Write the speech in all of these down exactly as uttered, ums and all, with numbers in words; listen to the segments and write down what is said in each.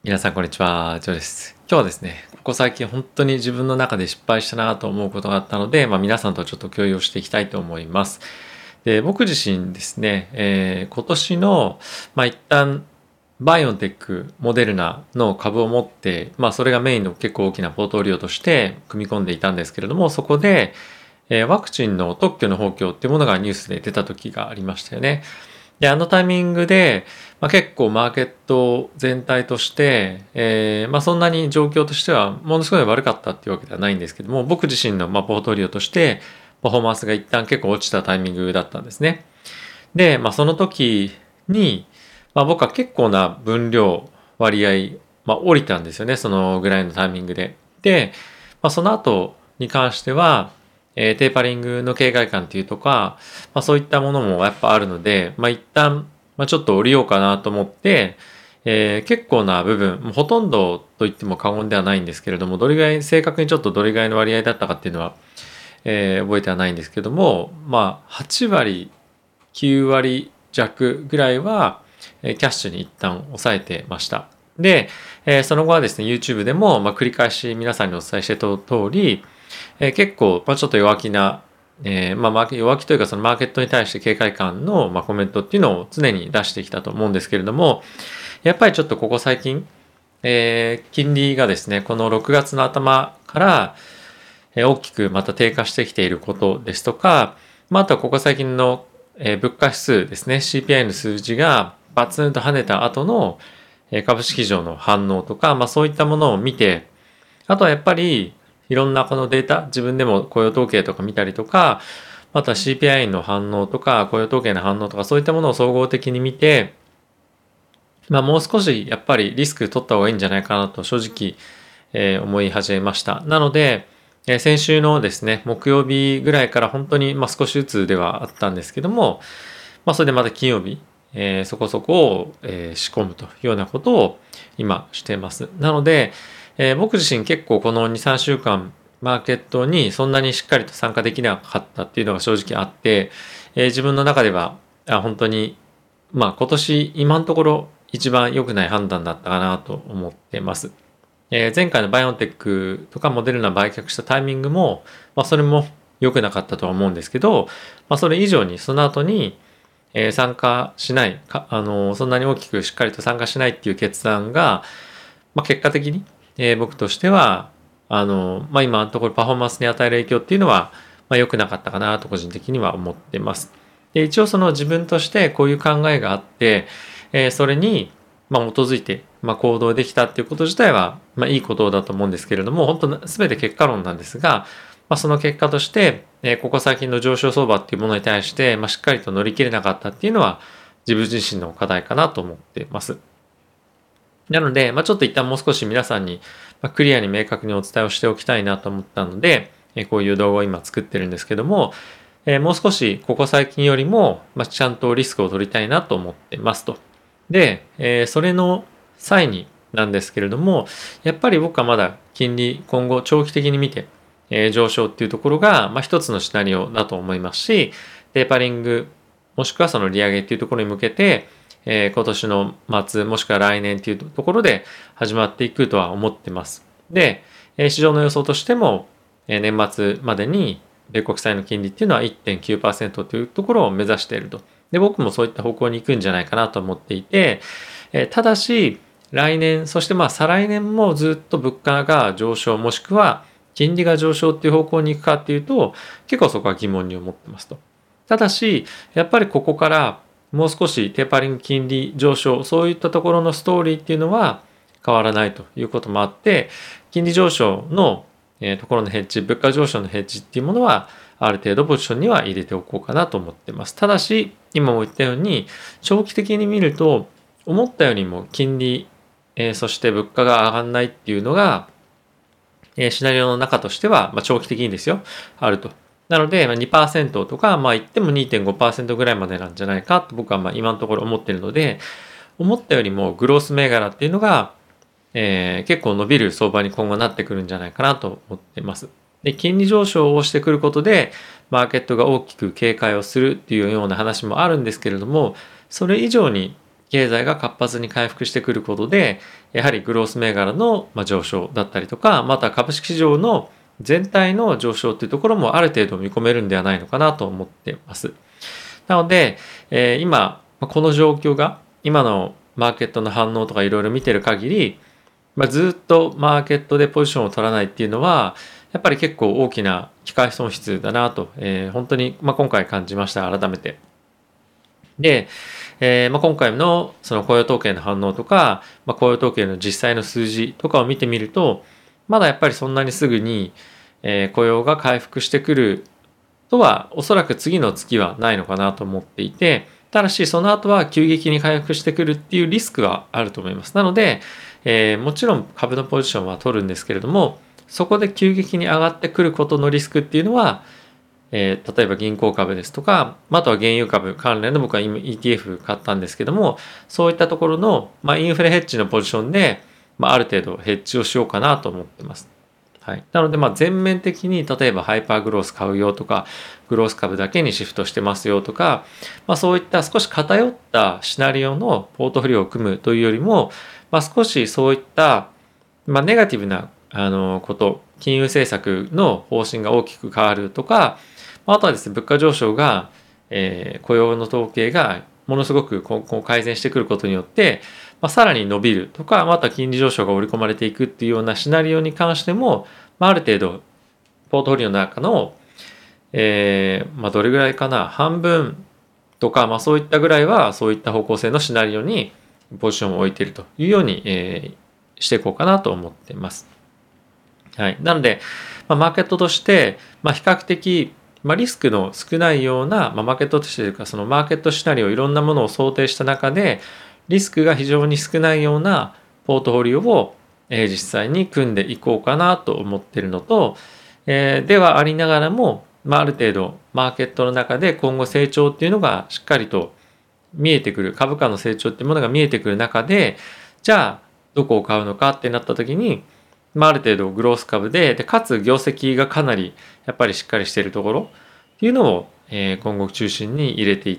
皆さんこんにちは、ジョーです。今日はですね、ここ最近本当に自分の中で失敗したなと思うことがあったので、まあ、皆さんとちょっと共有をしていきたいと思います。で、僕自身ですね、えー今年の、まあ、一旦バイオンテック、モデルナの株を持って、まあ、それがメインの結構大きなポートフォリオとして組み込んでいたんですけれども、そこで、えーワクチンの特許の放棄っていうものがニュースで出た時がありましたよね。で、あのタイミングで、まあ、結構マーケット全体として、えーまあ、そんなに状況としてはものすごい悪かったっていうわけではないんですけども、僕自身のまあポートフォリオとしてパフォーマンスが一旦結構落ちたタイミングだったんですね。で、まあ、その時に、まあ、僕は結構な分量、割合、まあ、降りたんですよね。そのぐらいのタイミングで。で、まあ、その後に関しては、えーテーパリングの警戒感っていうとか、まあ、そういったものもやっぱあるので、まあ、一旦、まあ、ちょっと降りようかなと思って、えー結構な部分、もうほとんどと言っても過言ではないんですけれども、どれぐらい、正確にちょっとどれぐらいの割合だったかっていうのは、えー覚えてはないんですけども、まあ、はち割、きゅう割弱ぐらいは、えーキャッシュに一旦抑えてました。で、えーその後はですね、YouTube でも、まあ、繰り返し皆さんにお伝えしてた通り、えー結構、まあ、ちょっと弱気な、えーまあ、マーケ弱気というかそのマーケットに対して警戒感の、まあ、コメントっていうのを常に出してきたと思うんですけれども、やっぱりちょっとここ最近、えー金利がですね、このろくがつの頭から、えー大きくまた低下してきていることですとか、まあ、あとはここ最近の、えー物価指数ですね、シーピーアイ の数字がバツンと跳ねた後の、えー株式市場の反応とか、まあ、そういったものを見て、あとはやっぱりいろんなこのデータ、自分でも雇用統計とか見たりとか、また シーピーアイ の反応とか、雇用統計の反応とか、そういったものを総合的に見て、まあもう少しやっぱりリスク取った方がいいんじゃないかなと正直、えー思い始めました。なので、えー先週のですね、木曜日ぐらいから本当に、まあ、少しずつではあったんですけども、まあ、それでまた金曜日、えーそこそこを、えー仕込むというようなことを今しています。なので、えー僕自身結構このに、さんしゅうかんマーケットにそんなにしっかりと参加できなかったっていうのが正直あって、えー自分の中ではあ本当にまあ今年今のところ一番良くない判断だったかなと思ってます。えー前回のバイオンテックとかモデルナ売却したタイミングも、まあそれも良くなかったとは思うんですけど、まあそれ以上にその後にえー参加しないか、あの、そんなに大きくしっかりと参加しないっていう決断が、まあ、結果的に、えー僕としては、あの、まあ、今のところパフォーマンスに与える影響っていうのは、まあ、良くなかったかなと個人的には思ってます。で、一応その自分としてこういう考えがあって、えーそれに、まあ、基づいて、まあ、行動できたっていうこと自体は、まあ、いいことだと思うんですけれども、本当全て結果論なんですが、まあ、その結果として、えーここ最近の上昇相場っていうものに対して、まあ、しっかりと乗り切れなかったっていうのは、自分自身の課題かなと思ってます。なので、まあ、ちょっと一旦もう少し皆さんに、まあ、クリアに明確にお伝えをしておきたいなと思ったので、えーこういう動画を今作ってるんですけども、えーもう少しここ最近よりも、まあ、ちゃんとリスクを取りたいなと思ってますと。で、えーそれの際になんですけれども、やっぱり僕はまだ金利今後長期的に見て、えー上昇っていうところが、まあ、一つのシナリオだと思いますし、テーパリング、もしくはその利上げっていうところに向けて、えー今年の末もしくは来年っていうところで始まっていくとは思ってます。で、えー市場の予想としても、えー年末までに米国債の金利っていうのはいってんきゅうパーセントというところを目指していると。で、僕もそういった方向に行くんじゃないかなと思っていて、えーただし、来年、そしてまあ再来年もずっと物価が上昇もしくは金利が上昇っていう方向に行くかっていうと、結構そこは疑問に思ってますと。ただし、やっぱりここからもう少しテーパリング金利上昇、そういったところのストーリーっていうのは変わらないということもあって、金利上昇のえーところのヘッジ、物価上昇のヘッジっていうものは、ある程度ポジションには入れておこうかなと思ってます。ただし、今も言ったように、長期的に見ると、思ったよりも金利、えーそして物価が上がらないっていうのが、えーシナリオの中としては、まあ、長期的にですよ、あると。なので、まあ、にパーセントとか、まあ言ってもにてんごパーセントぐらいまでなんじゃないかと僕はまあ今のところ思ってるので、思ったよりもグロース銘柄っていうのが、えー結構伸びる相場に今後なってくるんじゃないかなと思っています。で、金利上昇をしてくることで、マーケットが大きく警戒をするっていうような話もあるんですけれども、それ以上に経済が活発に回復してくることで、やはりグロース銘柄の上昇だったりとか、また株式市場の全体の上昇というところもある程度見込めるんではないのかなと思っています。なので、えー、今、この状況が、今のマーケットの反応とかいろいろ見てる限り、まあ、ずっとマーケットでポジションを取らないっていうのは、やっぱり結構大きな機会損失だなと、えー、本当に、まあ、今回感じました、改めて。で、えーまあ、今回のその雇用統計の反応とか、まあ、雇用統計の実際の数字とかを見てみると、まだやっぱりそんなにすぐに、えー、雇用が回復してくるとは、おそらく次の月はないのかなと思っていて、ただしその後は急激に回復してくるっていうリスクはあると思います。なので、えー、もちろん株のポジションは取るんですけれども、そこで急激に上がってくることのリスクっていうのは、えー、例えば銀行株ですとか、あとは原油株関連の僕は今 イーティーエフ 買ったんですけども、そういったところの、まあ、インフレヘッジのポジションで、まあ、ある程度ヘッジをしようかなと思ってます。はい、なので、まあ全面的に例えばハイパーグロース買うよとか、グロース株だけにシフトしてますよとか、まあ、そういった少し偏ったシナリオのポートフォリオを組むというよりも、まあ、少しそういった、まあ、ネガティブなあのこと、金融政策の方針が大きく変わるとか、あとはですね、物価上昇が、えー、雇用の統計がものすごくこう改善してくることによって、まあ、さらに伸びるとか、また金利上昇が織り込まれていくっていうようなシナリオに関しても、まあ、ある程度ポートフォリオの中の、えーまあ、どれぐらいかな、半分とか、まあ、そういったぐらいはそういった方向性のシナリオにポジションを置いているというように、えー、していこうかなと思っています。はい、なので、まあ、マーケットとして、まあ、比較的まあ、リスクの少ないような、まあ、マーケットとしてというか、そのマーケットシナリオいろんなものを想定した中で、リスクが非常に少ないようなポートフォリオを、えー、実際に組んでいこうかなと思っているのと、えー、ではありながらも、まあ、ある程度マーケットの中で今後成長っていうのがしっかりと見えてくる、株価の成長っていうものが見えてくる中で、じゃあどこを買うのかってなった時に、まあ、ある程度グロース株で、で、かつ業績がかなりやっぱりしっかりしているところっていうのを、えー、今後中心に入れていって、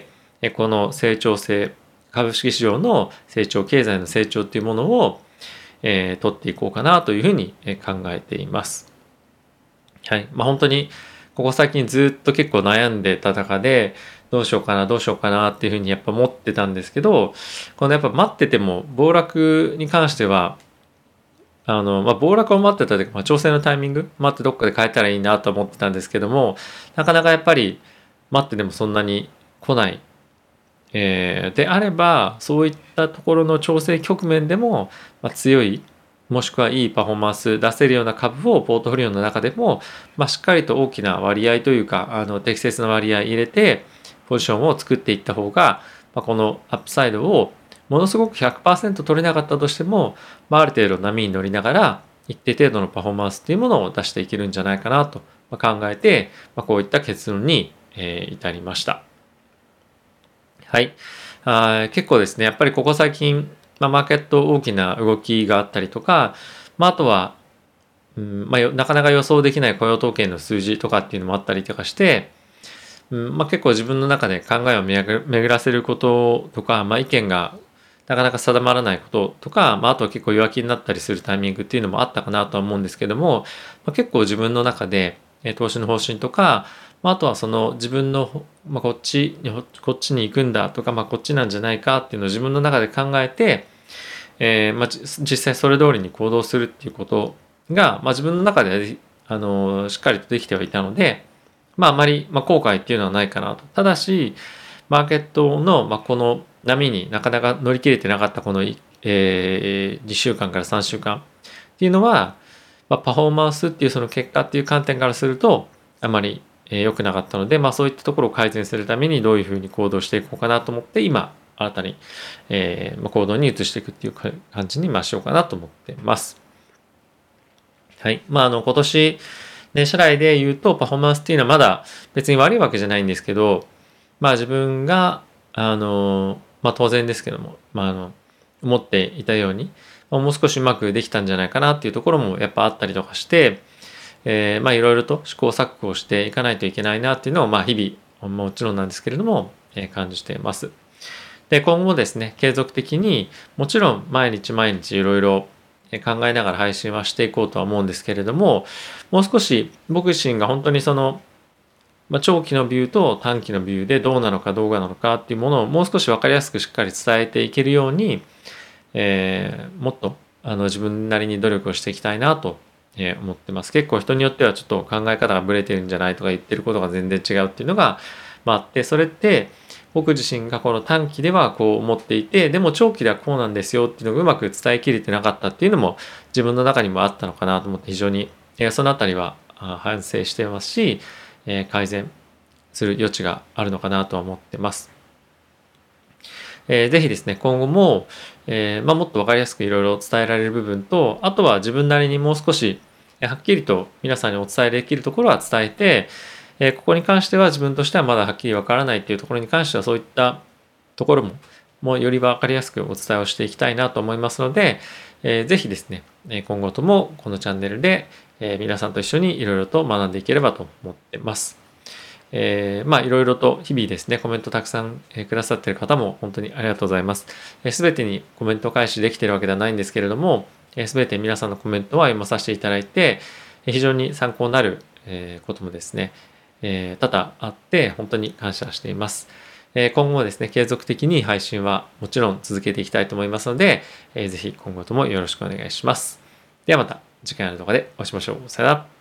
この成長性、株式市場の成長、経済の成長っていうものを、えー、取っていこうかなというふうに考えています。はい。まあ、本当にここ最近ずっと結構悩んでた中で、どうしようかな、どうしようかなっていうふうにやっぱ思ってたんですけど、このやっぱ待ってても暴落に関しては、あの、まあ、暴落を待ってたというか、まあ、調整のタイミング、待ってどっかで変えたらいいなと思ってたんですけども、なかなかやっぱり待ってでもそんなに来ない。えー、であれば、そういったところの調整局面でも、まあ、強い、もしくはいいパフォーマンス出せるような株をポートフォリオの中でも、まあ、しっかりと大きな割合というか、あの適切な割合入れて、ポジションを作っていった方が、まあ、このアップサイドをものすごく ひゃくパーセント 取れなかったとしても、まあ、ある程度波に乗りながら一定程度のパフォーマンスっていうものを出していけるんじゃないかなと考えて、まあ、こういった結論に、えー、至りました。はい。あ結構ですね、やっぱりここ最近、まあ、マーケット大きな動きがあったりとか、まあ、あとは、うんまあ、なかなか予想できない雇用統計の数字とかっていうのもあったりとかして、うんまあ、結構自分の中で考えを巡らせることとか、まあ、意見がなかなか定まらないこととか、まあ、あとは結構弱気になったりするタイミングっていうのもあったかなとは思うんですけども、まあ、結構自分の中で投資の方針とか、まあ、あとはその自分の、まあ、こっちにこっちに行くんだとか、まあ、こっちなんじゃないかっていうのを自分の中で考えて、えーまあ、実際それ通りに行動するっていうことが、まあ、自分の中であのしっかりとできてはいたので、まあ、あまり、まあ、後悔っていうのはないかなと。ただし、マーケットの、まあ、この波になかなか乗り切れてなかったこの、えー、にしゅうかんからさんしゅうかんっていうのは、まあ、パフォーマンスっていうその結果っていう観点からするとあまり良くなかったので、まあ、そういったところを改善するためにどういうふうに行動していこうかなと思って今新たに、えーまあ、行動に移していくっていう感じにまあしようかなと思ってます。はい。まあ、あの今年年初来で言うとパフォーマンスっていうのはまだ別に悪いわけじゃないんですけど、まあ自分があのまあ当然ですけども、まああの思っていたように、まあ、もう少しうまくできたんじゃないかなっていうところもやっぱあったりとかして、えー、まあいろいろと試行錯誤していかないといけないなっていうのをまあ日々もちろんなんですけれども、えー、感じています。 で、今後もですね、継続的にもちろん毎日毎日いろいろ考えながら配信はしていこうとは思うんですけれども、もう少し僕自身が本当にその、まあ、長期のビューと短期のビューでどうなのかどうなのかっていうものをもう少し分かりやすくしっかり伝えていけるように、えーもっとあの自分なりに努力をしていきたいなとえー思ってます。結構人によってはちょっと考え方がブレてるんじゃないとか言ってることが全然違うっていうのが、まあ、あって、それって僕自身がこの短期ではこう思っていて、でも長期ではこうなんですよっていうのがうまく伝えきれてなかったっていうのも自分の中にもあったのかなと思って、非常に、えーそのあたりはあ反省してますし、えー改善する余地があるのかなとは思ってます。えーぜひですね、今後も、えーまあ、もっと分かりやすくいろいろ伝えられる部分と、あとは自分なりにもう少しえーはっきりと皆さんにお伝えできるところは伝えて、えーここに関しては自分としてはまだはっきり分からないっていうところに関してはそういったところももうより分かりやすくお伝えをしていきたいなと思いますので、えーぜひですね、えー今後ともこのチャンネルで、えー皆さんと一緒にいろいろと学んでいければと思ってます。えーまあいろいろと日々ですね、コメントたくさん、えーくださっている方も本当にありがとうございます。すべてにコメント返しできているわけではないんですけれども、すべて皆さんのコメントは読まさせていただいて、えー非常に参考になる、えーこともですね、えー多々あって本当に感謝しています。えー今後もですね、継続的に配信はもちろん続けていきたいと思いますので、えーぜひ今後ともよろしくお願いします。ではまた次回の動画でお会いしましょう。さよなら。